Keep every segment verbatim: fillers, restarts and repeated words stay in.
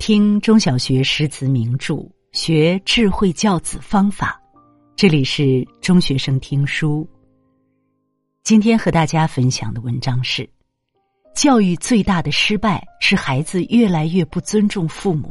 听中小学识字名著，学智慧教子方法。这里是中学生听书。今天和大家分享的文章是：教育最大的失败是孩子越来越不尊重父母。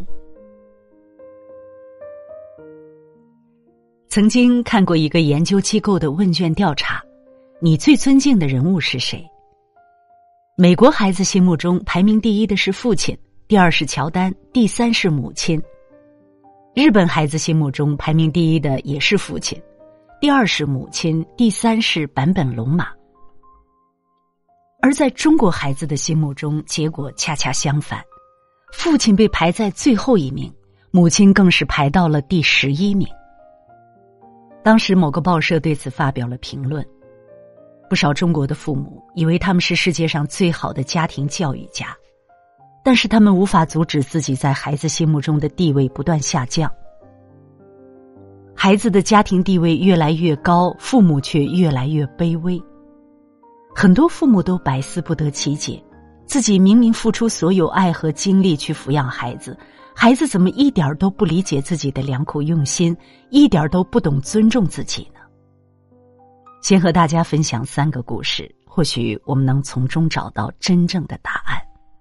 曾经看过一个研究机构的问卷调查，你最尊敬的人物是谁？美国孩子心目中排名第一的是父亲，第二是乔丹，第三是母亲。日本孩子心目中排名第一的也是父亲，第二是母亲，第三是坂本龙马。而在中国孩子的心目中，结果恰恰相反，父亲被排在最后一名，母亲更是排到了第十一名。当时某个报社对此发表了评论，不少中国的父母以为他们是世界上最好的家庭教育家，但是他们无法阻止自己在孩子心目中的地位不断下降。孩子的家庭地位越来越高，父母却越来越卑微。很多父母都百思不得其解，自己明明付出所有爱和精力去抚养孩子，孩子怎么一点都不理解自己的良苦用心，一点都不懂尊重自己呢？先和大家分享三个故事，或许我们能从中找到真正的答案。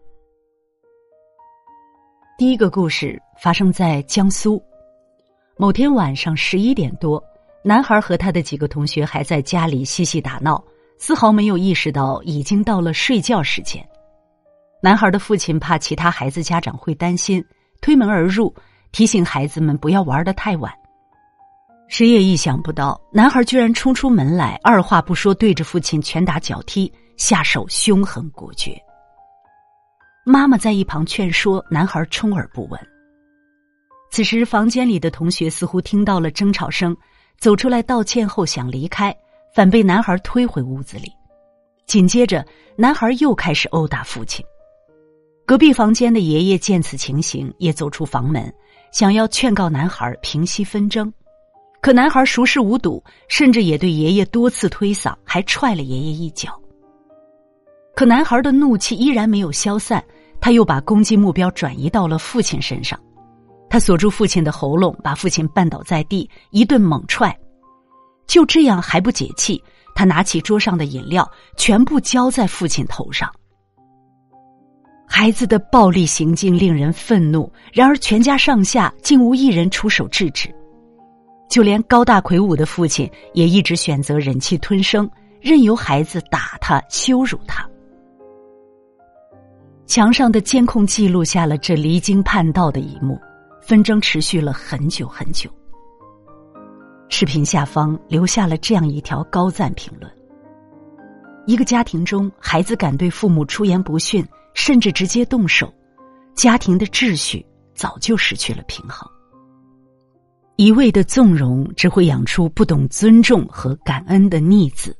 第一个故事发生在江苏。某天晚上十一点多，男孩和他的几个同学还在家里嬉戏打闹，丝毫没有意识到已经到了睡觉时间。男孩的父亲怕其他孩子家长会担心，推门而入，提醒孩子们不要玩得太晚。谁也意想不到，男孩居然冲出门来，二话不说对着父亲拳打脚踢，下手凶狠果决。妈妈在一旁劝说，男孩充耳不闻。此时房间里的同学似乎听到了争吵声，走出来道歉后想离开，反被男孩推回屋子里。紧接着男孩又开始殴打父亲。隔壁房间的爷爷见此情形，也走出房门，想要劝告男孩平息纷争。可男孩熟视无睹，甚至也对爷爷多次推搡，还踹了爷爷一脚。可男孩的怒气依然没有消散，他又把攻击目标转移到了父亲身上。他锁住父亲的喉咙，把父亲绊倒在地，一顿猛踹。就这样还不解气，他拿起桌上的饮料，全部浇在父亲头上。孩子的暴力行径令人愤怒，然而全家上下竟无一人出手制止。就连高大魁梧的父亲也一直选择忍气吞声，任由孩子打他羞辱他。墙上的监控记录下了这离经叛道的一幕，纷争持续了很久很久。视频下方留下了这样一条高赞评论：一个家庭中，孩子敢对父母出言不逊，甚至直接动手，家庭的秩序早就失去了平衡。一味的纵容只会养出不懂尊重和感恩的逆子。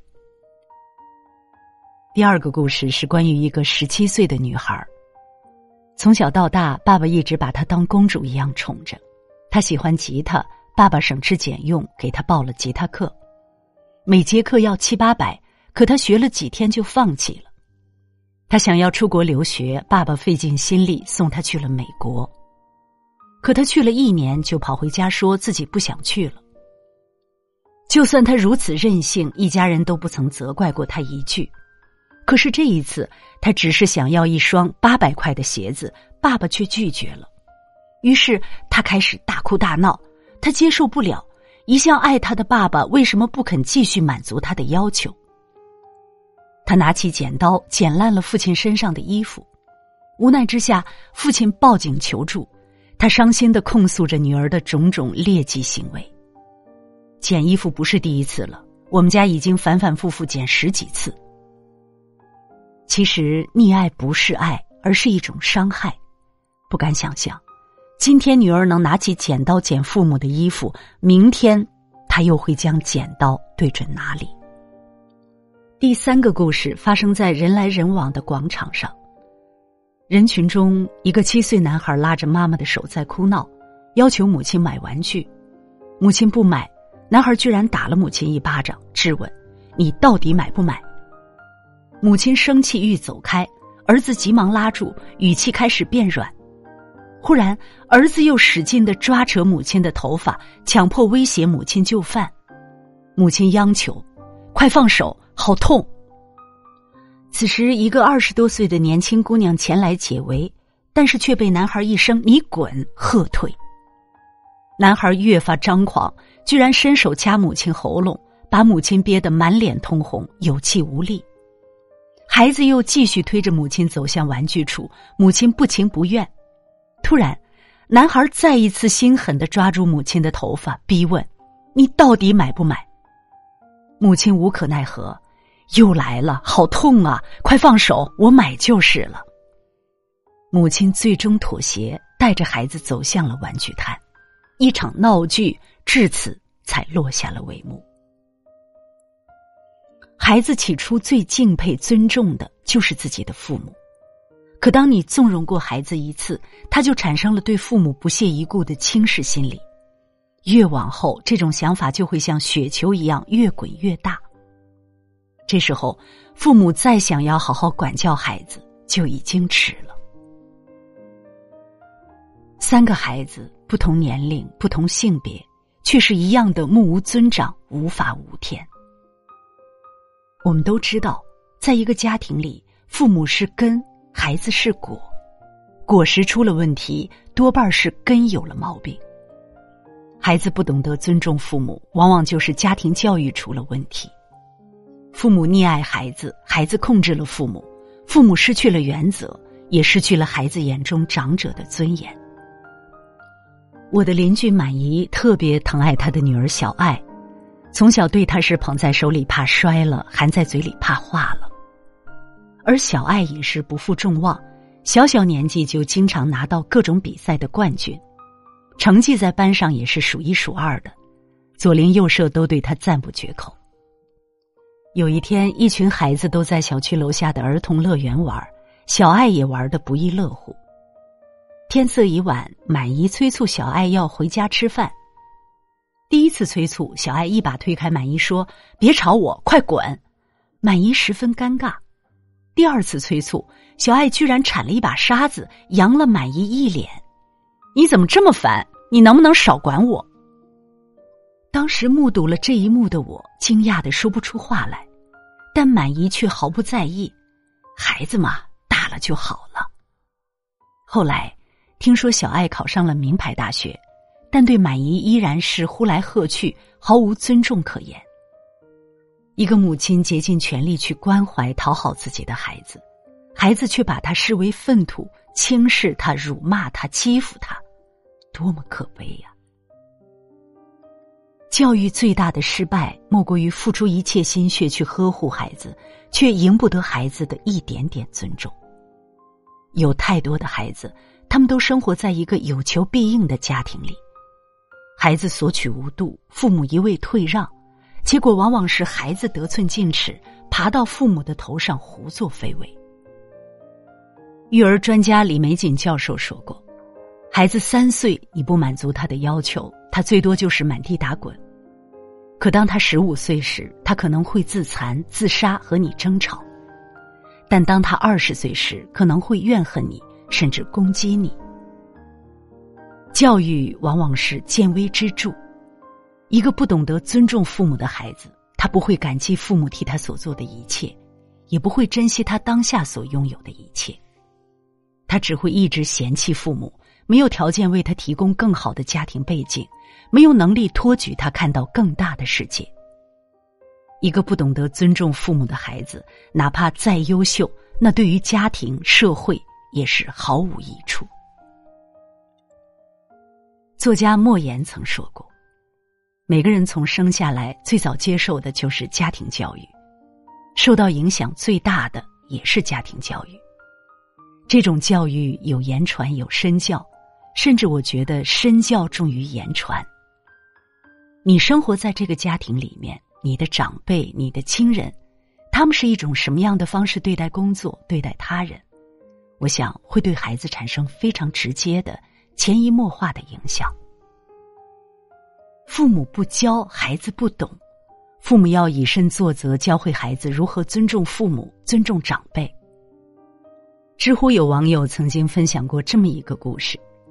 第二个故事是关于一个十七岁的女孩。从小到大，爸爸一直把她当公主一样宠着。她喜欢吉他，爸爸省吃俭用给她报了吉他课，每节课要七八百，可她学了几天就放弃了。她想要出国留学，爸爸费尽心力送她去了美国。可他去了一年就跑回家说自己不想去了。就算他如此任性，一家人都不曾责怪过他一句。可是这一次，他只是想要一双八百块的鞋子，爸爸却拒绝了。于是他开始大哭大闹，他接受不了，一向爱他的爸爸为什么不肯继续满足他的要求。他拿起剪刀剪烂了父亲身上的衣服。无奈之下，父亲报警求助。他伤心地控诉着女儿的种种劣迹行为。剪衣服不是第一次了，我们家已经反反复复剪十几次。其实溺爱不是爱，而是一种伤害。不敢想象，今天女儿能拿起剪刀剪父母的衣服，明天她又会将剪刀对准哪里？第三个故事发生在人来人往的广场上。人群中，一个七岁男孩拉着妈妈的手在哭闹，要求母亲买玩具。母亲不买，男孩居然打了母亲一巴掌，质问：你到底买不买？母亲生气欲走开，儿子急忙拉住，语气开始变软。 忽然儿子又使劲地抓扯母亲的头发，强迫威胁母亲就范。母亲央求：快放手，好痛。此时一个二十多岁的年轻姑娘前来解围，但是却被男孩一声你滚喝退。男孩越发张狂，居然伸手掐母亲喉咙，把母亲憋得满脸通红，有气无力。孩子又继续推着母亲走向玩具处，母亲不情不愿。突然男孩再一次心狠地抓住母亲的头发，逼问：你到底买不买？母亲无可奈何：又来了，好痛啊，快放手，我买就是了。母亲最终妥协，带着孩子走向了玩具摊，一场闹剧至此才落下了帷幕。孩子起初最敬佩尊重的就是自己的父母，可当你纵容过孩子一次，他就产生了对父母不屑一顾的轻视心理，越往后这种想法就会像雪球一样越滚越大。这时候父母再想要好好管教孩子就已经迟了。三个孩子，不同年龄，不同性别，却是一样的目无尊长，无法无天。我们都知道，在一个家庭里，父母是根，孩子是果，果实出了问题，多半是根有了毛病。孩子不懂得尊重父母，往往就是家庭教育出了问题。父母溺爱孩子，孩子控制了父母，父母失去了原则，也失去了孩子眼中长者的尊严。我的邻居满姨特别疼爱她的女儿小爱，从小对她是捧在手里怕摔了，含在嘴里怕化了。而小爱也是不负众望，小小年纪就经常拿到各种比赛的冠军，成绩在班上也是数一数二的，左邻右舍都对她赞不绝口。有一天，一群孩子都在小区楼下的儿童乐园玩，小爱也玩得不亦乐乎。天色已晚，满姨催促小爱要回家吃饭。第一次催促，小爱一把推开满姨说：别吵我，快滚。满姨十分尴尬。第二次催促，小爱居然铲了一把沙子，扬了满姨一脸：你怎么这么烦？你能不能少管我？当时目睹了这一幕的我惊讶地说不出话来，但满姨却毫不在意，孩子嘛，大了就好了。后来听说小爱考上了名牌大学，但对满姨依然是呼来喝去，毫无尊重可言。一个母亲竭尽全力去关怀讨好自己的孩子，孩子却把她视为粪土，轻视她，辱骂她，欺负她，多么可悲呀！教育最大的失败，莫过于付出一切心血去呵护孩子，却赢不得孩子的一点点尊重。有太多的孩子，他们都生活在一个有求必应的家庭里，孩子索取无度，父母一味退让，结果往往是孩子得寸进尺，爬到父母的头上胡作非为。育儿专家李玫瑾教授说过，孩子三岁你不满足他的要求，他最多就是满地打滚，可当他十五岁时，他可能会自残、自杀和你争吵，但当他二十岁时，可能会怨恨你，甚至攻击你。教育往往是见微知著，一个不懂得尊重父母的孩子，他不会感激父母替他所做的一切，也不会珍惜他当下所拥有的一切，他只会一直嫌弃父母，没有条件为他提供更好的家庭背景，没有能力托举他看到更大的世界。一个不懂得尊重父母的孩子，哪怕再优秀，那对于家庭、社会也是毫无益处。作家莫言曾说过，每个人从生下来最早接受的就是家庭教育，受到影响最大的也是家庭教育。这种教育有言传有身教，甚至我觉得身教重于言传。你生活在这个家庭里面，你的长辈、你的亲人，他们是一种什么样的方式对待工作、对待他人，我想会对孩子产生非常直接的、潜移默化的影响。父母不教，孩子不懂，父母要以身作则，教会孩子如何尊重父母、尊重长辈。知乎有网友曾经分享过这么一个故事，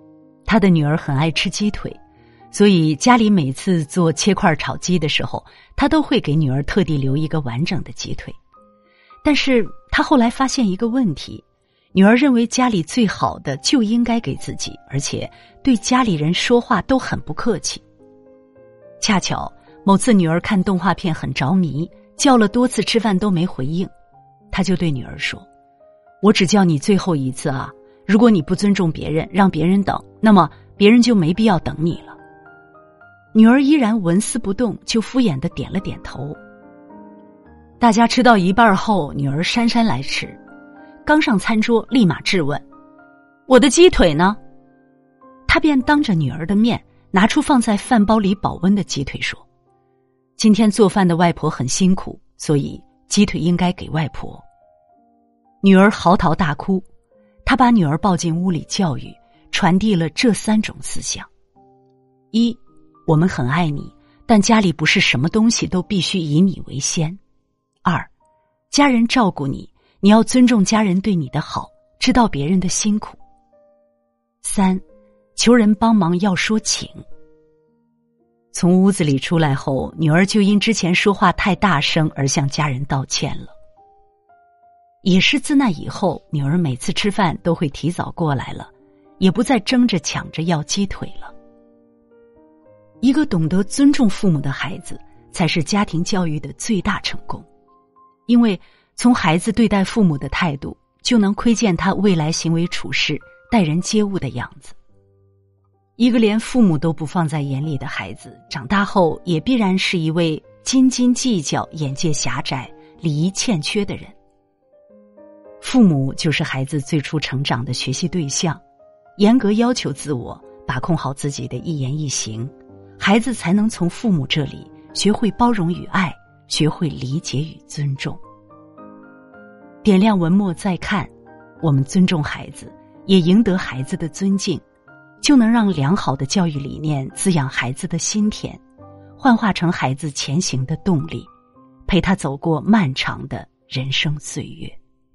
他的女儿很爱吃鸡腿，所以家里每次做切块炒鸡的时候，他都会给女儿特地留一个完整的鸡腿。但是他后来发现一个问题，女儿认为家里最好的就应该给自己，而且对家里人说话都很不客气。恰巧某次女儿看动画片很着迷，叫了多次吃饭都没回应，他就对女儿说，我只叫你最后一次啊，如果你不尊重别人，让别人等，那么别人就没必要等你了。女儿依然纹丝不动，就敷衍地点了点头。大家吃到一半后，女儿姗姗来迟，刚上餐桌立马质问，我的鸡腿呢？他便当着女儿的面拿出放在饭包里保温的鸡腿说，今天做饭的外婆很辛苦，所以鸡腿应该给外婆。女儿嚎啕大哭，他把女儿抱进屋里教育，传递了这三种思想：一，我们很爱你，但家里不是什么东西都必须以你为先；二，家人照顾你，你要尊重家人对你的好，知道别人的辛苦；三，求人帮忙要说请。从屋子里出来后，女儿就因之前说话太大声而向家人道歉了。也是自那以后，女儿每次吃饭都会提早过来了，也不再争着抢着要鸡腿了。一个懂得尊重父母的孩子，才是家庭教育的最大成功。因为从孩子对待父母的态度，就能窥见他未来行为处事、待人接物的样子。一个连父母都不放在眼里的孩子，长大后也必然是一位斤斤计较、眼界狭窄、礼仪欠缺的人。父母就是孩子最初成长的学习对象，严格要求自我，把控好自己的一言一行，孩子才能从父母这里学会包容与爱，学会理解与尊重。点亮文末再看，我们尊重孩子，也赢得孩子的尊敬，就能让良好的教育理念滋养孩子的心田，幻化成孩子前行的动力，陪他走过漫长的人生岁月。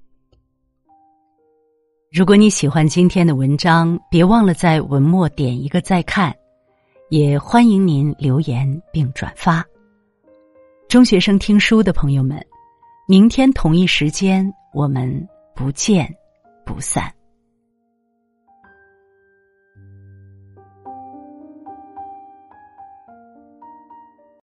如果你喜欢今天的文章，别忘了在文末点一个再看，也欢迎您留言并转发。中学生听书的朋友们，明天同一时间我们不见不散。